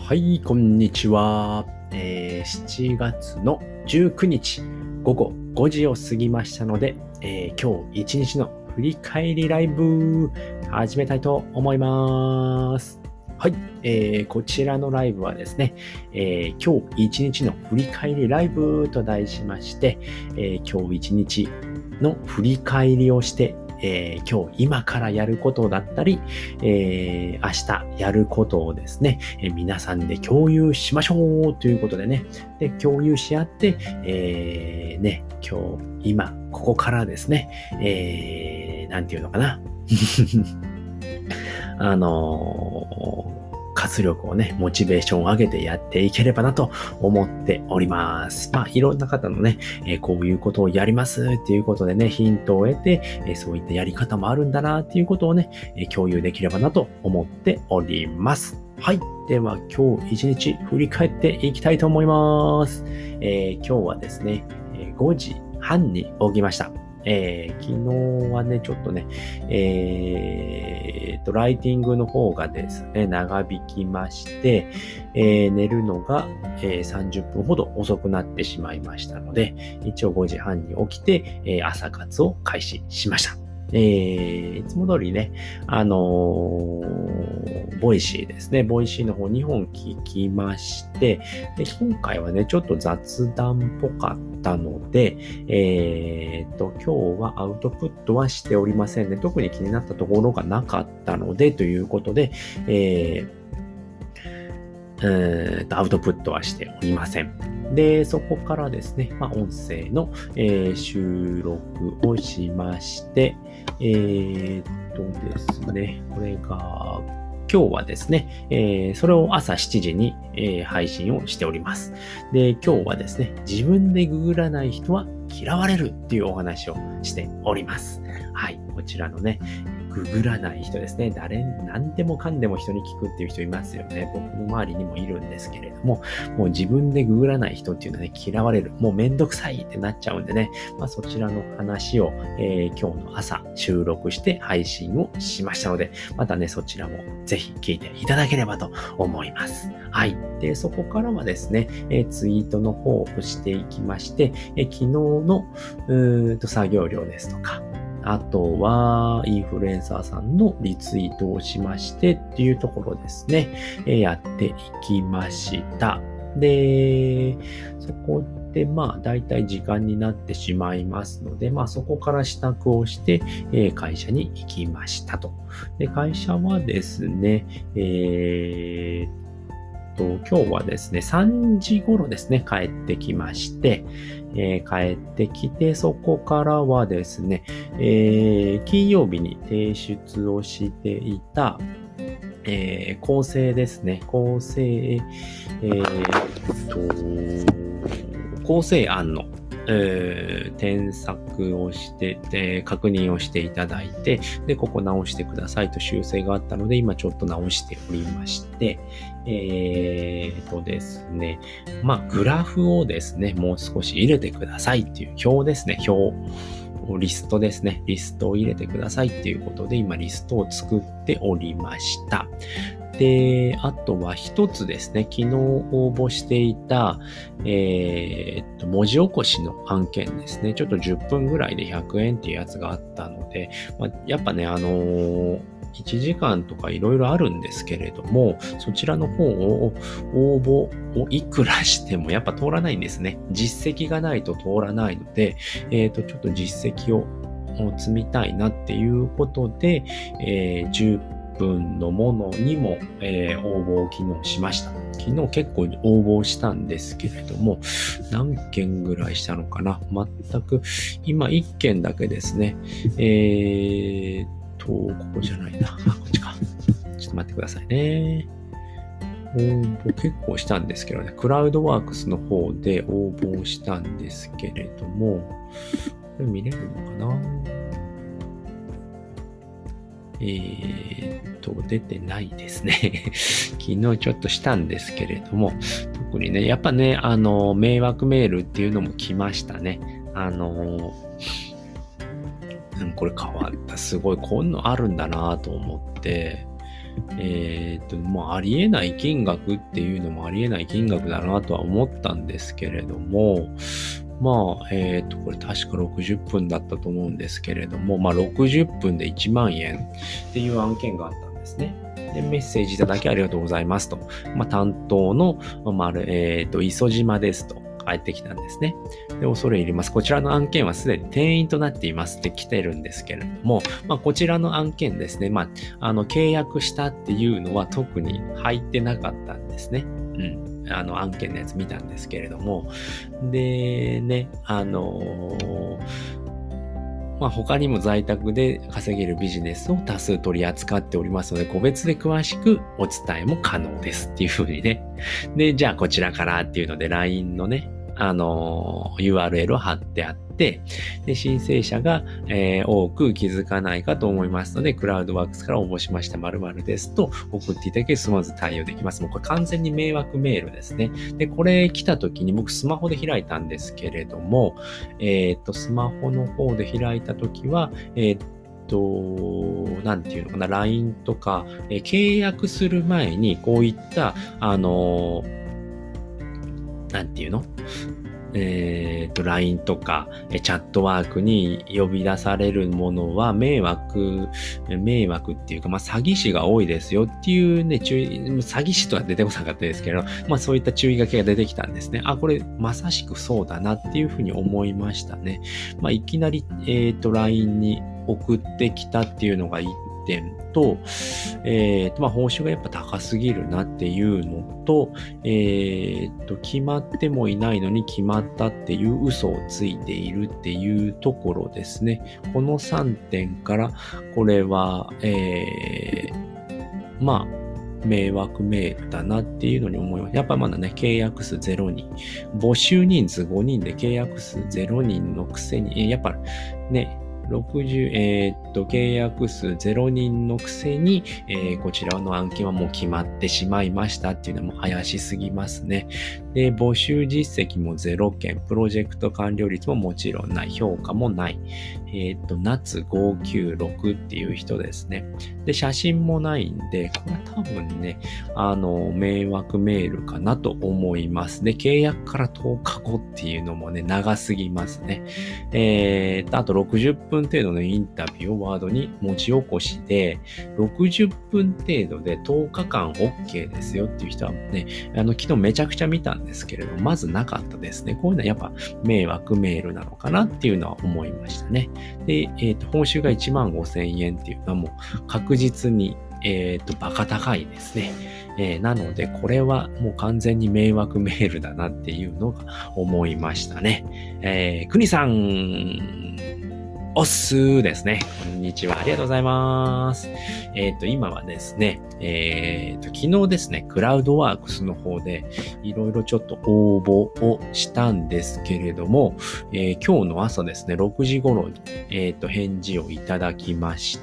はい、こんにちは。7月の19日午後5時を過ぎましたので、今日一日の振り返りライブ始めたいと思います。はい、こちらのライブはですね、今日一日の振り返りライブと題しまして、今日一日の振り返りをして今日今からやることだったり、明日やることをですね、皆さんで共有しましょうということでね、で共有し合って、今日今ここからですね、なんていうのかな活力をね、モチベーションを上げてやっていければなと思っております。いろんな方のね、こういうことをやりますっていうことでね、ヒントを得て、そういったやり方もあるんだなっていうことをね、共有できればなと思っております。はい。では今日一日振り返っていきたいと思います。今日はですね、5時半に起きました。昨日はね、ちょっとね、ライティングの方がですね、長引きまして、寝るのが、30分ほど遅くなってしまいましたので、一応5時半に起きて、朝活を開始しました。いつも通りね、ボイシーですね。ボイシーの方2本聞きまして、で、今回はね、ちょっと雑談っぽかったので、今日はアウトプットはしておりませんね。特に気になったところがなかったので、ということで、アウトプットはしておりません。で、そこからですね、音声の、収録をしまして、ですね、これが、今日はですね、それを朝7時に、配信をしております。で、今日はですね、自分でググらない人は嫌われるっていうお話をしております。はい、こちらのね、ググらない人ですね。何でもかんでも人に聞くっていう人いますよね。僕の周りにもいるんですけれども、もう自分でググらない人っていうのはね、嫌われる。もうめんどくさいってなっちゃうんでね、そちらの話を、今日の朝収録して配信をしましたので、またね、そちらもぜひ聞いていただければと思います。はい。で、そこからはですね、ツイートの方をしていきまして、昨日の作業量ですとか、あとは、インフルエンサーさんのリツイートをしましてっていうところですね、やっていきました。で、そこでだいたい時間になってしまいますので、そこから支度をして、会社に行きましたと。で、会社はですね、今日はですね、3時頃ですね、帰ってきまして、帰ってきて、そこからはですね、金曜日に提出をしていた、構成ですね。構成案の、添削をして、確認をしていただいて、で、ここ直してくださいと修正があったので、今ちょっと直しておりまして、ですね、グラフをですね、もう少し入れてくださいっていう表ですね、リストですね。リストを入れてくださいっていうことで、今リストを作っておりました。で、あとは一つですね、昨日応募していた、文字起こしの案件ですね。ちょっと10分ぐらいで100円っていうやつがあったので、やっぱね、1時間とかいろいろあるんですけれども、そちらの方を応募をいくらしてもやっぱ通らないんですね。実績がないと通らないので、ちょっと実績を積みたいなっていうことで、10分のものにも、応募を昨日しました。昨日結構応募したんですけれども、何件ぐらいしたのかな？全く、今1件だけですね。ここじゃないな。こっちか。ちょっと待ってくださいね。応募結構したんですけどね。クラウドワークスの方で応募したんですけれども、これ見れるのかな？出てないですね。昨日ちょっとしたんですけれども、特にね、やっぱね、迷惑メールっていうのも来ましたね。これ変わった。すごい、こういうのあるんだなと思って、 もうありえない金額っていうのもありえない金額だなとは思ったんですけれども、これ確か60分だったと思うんですけれども、60分で1万円っていう案件があったんですね。で、メッセージいただきありがとうございますと。担当の、磯島ですと。返ってきたんですね。で、恐れ入ります。こちらの案件はすでに定員となっていますって来てるんですけれども、こちらの案件ですね。契約したっていうのは特に入ってなかったんですね。案件のやつ見たんですけれども。で、ね、他にも在宅で稼げるビジネスを多数取り扱っておりますので、個別で詳しくお伝えも可能ですっていう風にね。で、じゃあこちらからっていうので LINE のね、URL を貼ってあって、で、申請者が、多く気づかないかと思いますので、クラウドワークスから応募しました〇〇ですと送っていただけスムーズ対応できます。もうこれ完全に迷惑メールですね。で、これ来た時に僕スマホで開いたんですけれども、スマホの方で開いた時は、なんていうのかな、LINE とか、契約する前にこういった、なんていうのLINE とか、チャットワークに呼び出されるものは迷惑っていうか、詐欺師が多いですよっていうね、詐欺師とは出てこなかったですけど、そういった注意書きが出てきたんですね。これ、まさしくそうだなっていうふうに思いましたね。いきなり、LINE に送ってきたっていうのが1点と、報酬がやっぱ高すぎるなっていうのと、決まってもいないのに決まったっていう嘘をついているっていうところですね。この3点から、これは、迷惑メールだなっていうのに思います。やっぱまだね、契約数0人。募集人数5人で契約数0人のくせに、やっぱね、契約数0人のくせに、こちらの案件はもう決まってしまいましたっていうのはもう怪しすぎますね。で、募集実績も0件、プロジェクト完了率ももちろんない、評価もない。夏596っていう人ですね。で、写真もないんで、これは多分ね、迷惑メールかなと思います。で、契約から10日後っていうのもね、長すぎますね。あと60分程度のインタビューをワードに文字起こしで、60分程度で10日間 OK ですよっていう人はね、昨日めちゃくちゃ見たんですけれど、まずなかったですね。こういうのはやっぱ迷惑メールなのかなっていうのは思いましたね。で、報酬が15,000円っていうのはもう確実に、バカ高いですね。なので、これはもう完全に迷惑メールだなっていうのが思いましたね。くにさん、おっすーですね。こんにちは。ありがとうございます。今はですね、昨日ですね、クラウドワークスの方でいろいろちょっと応募をしたんですけれども、今日の朝ですね、6時頃に、返事をいただきまして、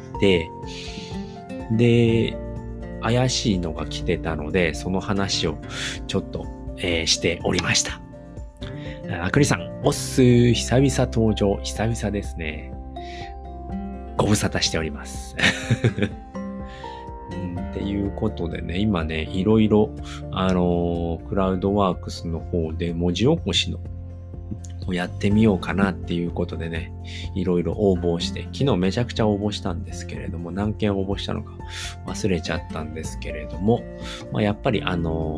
で、怪しいのが来てたので、その話をちょっと、しておりました。くりさん、おっすー、久々登場、久々ですね。ご無沙汰しております。っていうことでね、今ね、いろいろ、クラウドワークスの方で文字起こしのをやってみようかなっていうことでね、いろいろ応募して、昨日めちゃくちゃ応募したんですけれども、何件応募したのか忘れちゃったんですけれども、やっぱり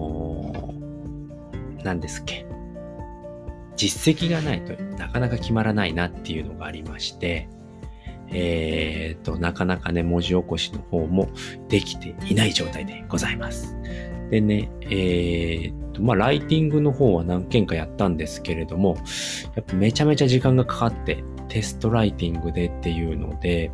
何ですっけ、実績がないとなかなか決まらないなっていうのがありまして、なかなかね、文字起こしの方もできていない状態でございます。でね、ライティングの方は何件かやったんですけれども、やっぱめちゃめちゃ時間がかかって、テストライティングでっていうので、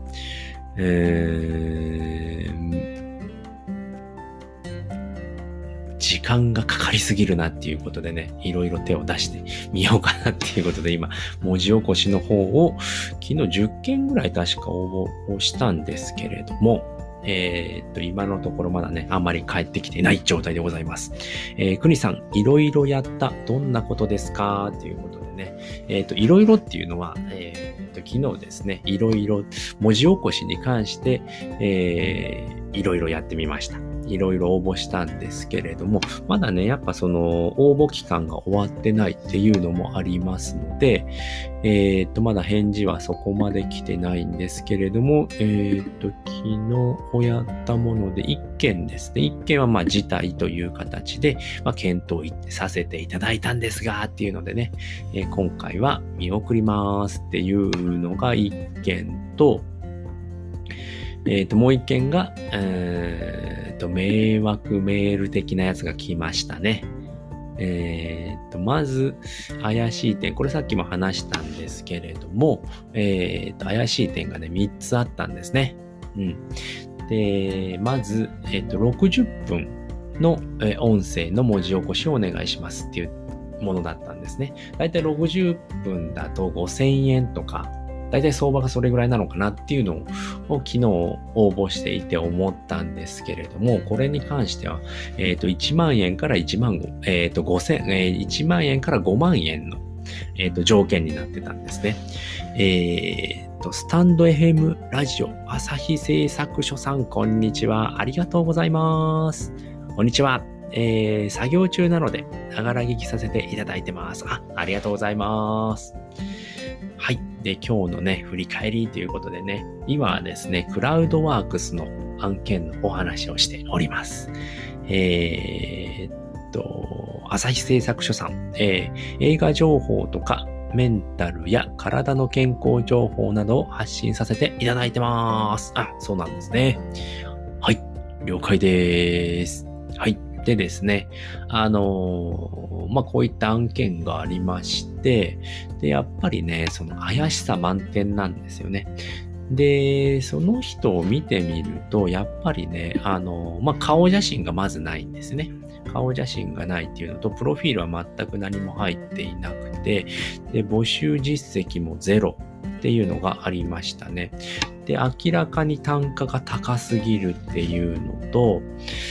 時間がかかりすぎるなっていうことでね、いろいろ手を出してみようかなっていうことで今、文字起こしの方を昨日10件ぐらい確か応募をしたんですけれども、今のところまだね、あんまり帰ってきてない状態でございます。くにさん、いろいろやった。どんなことですかということでね、いろいろっていうのは、昨日ですね、いろいろ文字起こしに関して、 いろいろやってみました。いろいろ応募したんですけれども、まだね、やっぱその応募期間が終わってないっていうのもありますので、まだ返事はそこまで来てないんですけれども、昨日やったもので1件ですね。1件はまあ辞退という形で、検討させていただいたんですが、っていうのでね、今回は見送りますっていうのが1件と、もう一件が、迷惑メール的なやつが来ましたね。まず、怪しい点。これさっきも話したんですけれども、怪しい点がね、3つあったんですね。で、まず、60分の、音声の文字起こしをお願いしますっていうものだったんですね。だいたい60分だと5000円とか、だいたい相場がそれぐらいなのかなっていうのを昨日応募していて思ったんですけれども、これに関しては、1万円から1万1万円から5万円の、条件になってたんですね。スタンド FM ラジオ朝日製作所さん、こんにちは。ありがとうございます。こんにちは。作業中なので、ながら聞きさせていただいてます。ありがとうございます。はい。で、今日のね、振り返りということでね、今はですね、クラウドワークスの案件のお話をしております。朝日製作所さん、映画情報とか、メンタルや体の健康情報などを発信させていただいてます。そうなんですね。はい。了解です。はい。でですね、こういった案件がありまして、で、やっぱりね、その怪しさ満点なんですよね。で、その人を見てみると、やっぱりね、顔写真がまずないんですね。顔写真がないっていうのと、プロフィールは全く何も入っていなくて、で、募集実績もゼロっていうのがありましたね。で、明らかに単価が高すぎるっていうのと、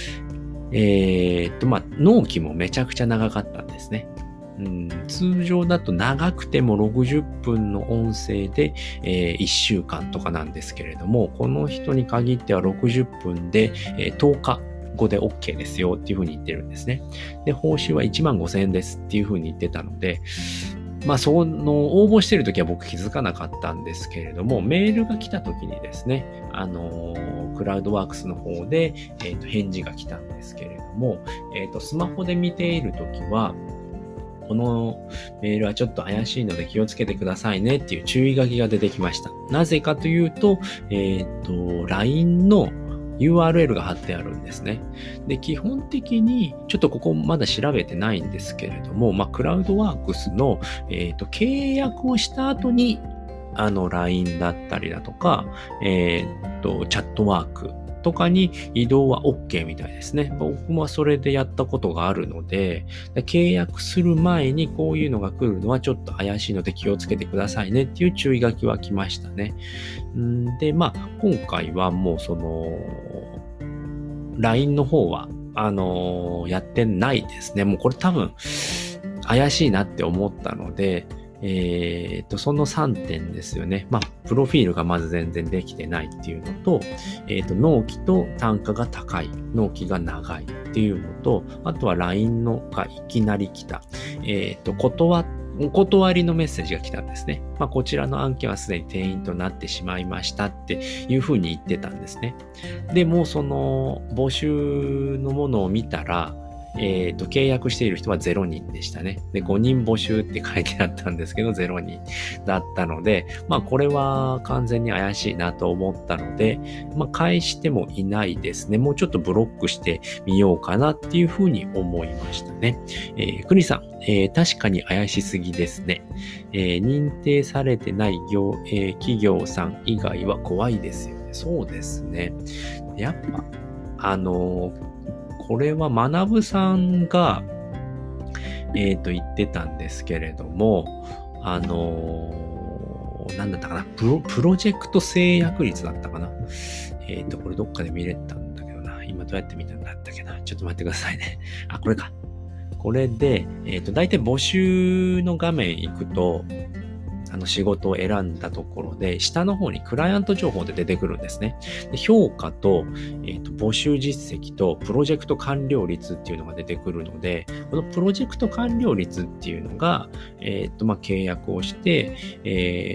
納期もめちゃくちゃ長かったんですね。通常だと長くても60分の音声で、1週間とかなんですけれども、この人に限っては60分で、10日後で OK ですよっていうふうに言ってるんですね。で、報酬は1万5000円ですっていうふうに言ってたので、その応募してるときは僕気づかなかったんですけれども、メールが来たときにですね、クラウドワークスの方で、返事が来たんですけれども、スマホで見ているときは、このメールはちょっと怪しいので気をつけてくださいねっていう注意書きが出てきました。なぜかというと、LINE のURL が貼ってあるんですね。で、基本的に、ちょっとここまだ調べてないんですけれども、クラウドワークスの、契約をした後に、LINE だったりだとか、チャットワークとかに移動は OK みたいですね。僕もそれでやったことがあるので、契約する前にこういうのが来るのはちょっと怪しいので気をつけてくださいねっていう注意書きは来ましたね。で、今回はもうその、LINE の方は、やってないですね。もうこれ多分、怪しいなって思ったので、その3点ですよね。プロフィールがまず全然できてないっていうのと、納期と単価が高い、納期が長いっていうのと、あとは LINE のがいきなり来た、お断りのメッセージが来たんですね。こちらの案件はすでに定員となってしまいましたっていうふうに言ってたんですね。でもその募集のものを見たら、契約している人は0人でしたね。で、5人募集って書いてあったんですけど、0人だったので、これは完全に怪しいなと思ったので、返してもいないですね。もうちょっとブロックしてみようかなっていうふうに思いましたね。クニさん、確かに怪しすぎですね。認定されてない企業さん以外は怖いですよね。そうですね。やっぱ、これは学さんが、言ってたんですけれども、なんだったかな、プロジェクト制約率だったかな。これどっかで見れたんだけどな。今どうやって見たんだったっけな。ちょっと待ってくださいね。これか。これで、だいたい募集の画面行くと、 仕事を選んだところで、下の方にクライアント情報で出てくるんですね。で評価と、募集実績とプロジェクト完了率っていうのが出てくるので、このプロジェクト完了率っていうのが、契約をして、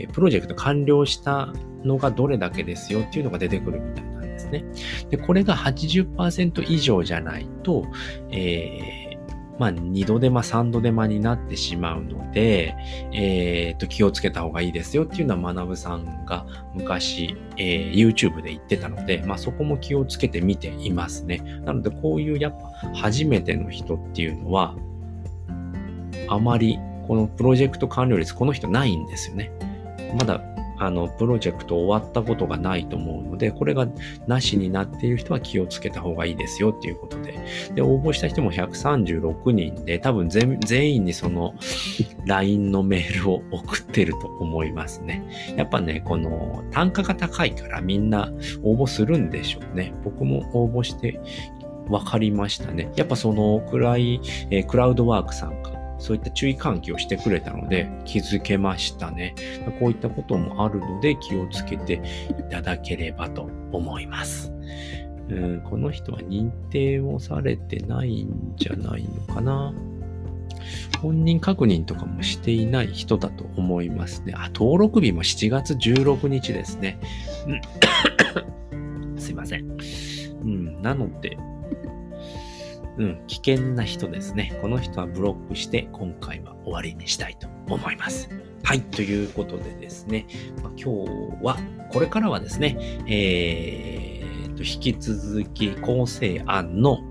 プロジェクト完了したのがどれだけですよっていうのが出てくるみたいなんですね。で、これが 80% 以上じゃないと、2度手間、3度手間になってしまうので、気をつけた方がいいですよっていうのは学さんが昔、YouTube で言ってたので、そこも気をつけて見ていますね。なので、こういうやっぱ初めての人っていうのは、あまりこのプロジェクト完了率、この人ないんですよね。まだプロジェクト終わったことがないと思うので、これがなしになっている人は気をつけた方がいいですよっていうことで。で、応募した人も136人で、多分全員にその LINE のメールを送ってると思いますね。やっぱね、この単価が高いからみんな応募するんでしょうね。僕も応募して分かりましたね。やっぱそのクラウドワークさんがそういった注意喚起をしてくれたので気づけましたね。こういったこともあるので気をつけていただければと思います。この人は認定をされてないんじゃないのかな。本人確認とかもしていない人だと思いますね。登録日も7月16日ですね。すいません。なので、危険な人ですね。この人はブロックして今回は終わりにしたいと思います。はい、ということでですね、今日は、これからはですね、引き続き構成案の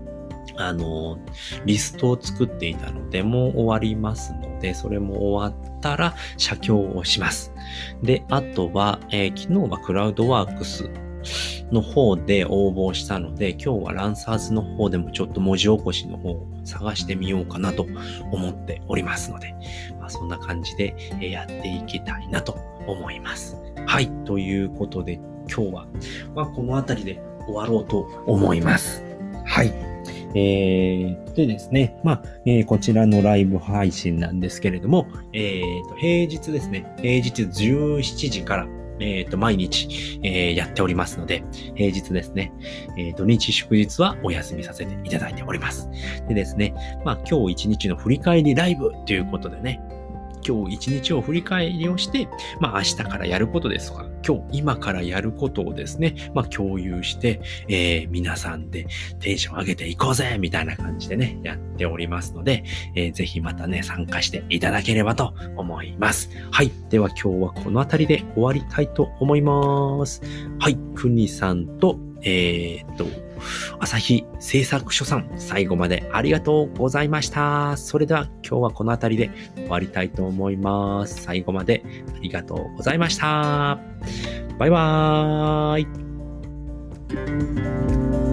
リストを作っていたので、もう終わりますので、それも終わったら写経をします。で、あとは、昨日はクラウドワークスの方で応募したので、今日はランサーズの方でもちょっと文字起こしの方を探してみようかなと思っておりますので、そんな感じでやっていきたいなと思います。はい、ということで今日は、このあたりで終わろうと思います。はい。でですね、こちらのライブ配信なんですけれども、平日ですね、平日17時から毎日、やっておりますので、平日ですね、土日祝日はお休みさせていただいております。でですね、今日一日の振り返りライブということでね、今日一日を振り返りをして、明日からやることですとか、今からやることをですね、共有して、皆さんでテンション上げていこうぜみたいな感じでね、やっておりますので、ぜひまたね、参加していただければと思います。はい。では今日はこのあたりで終わりたいと思います。はい。くにさんと、朝日製作所さん、最後までありがとうございました。それでは今日はこのあたりで終わりたいと思います。最後までありがとうございました。バイバーイ。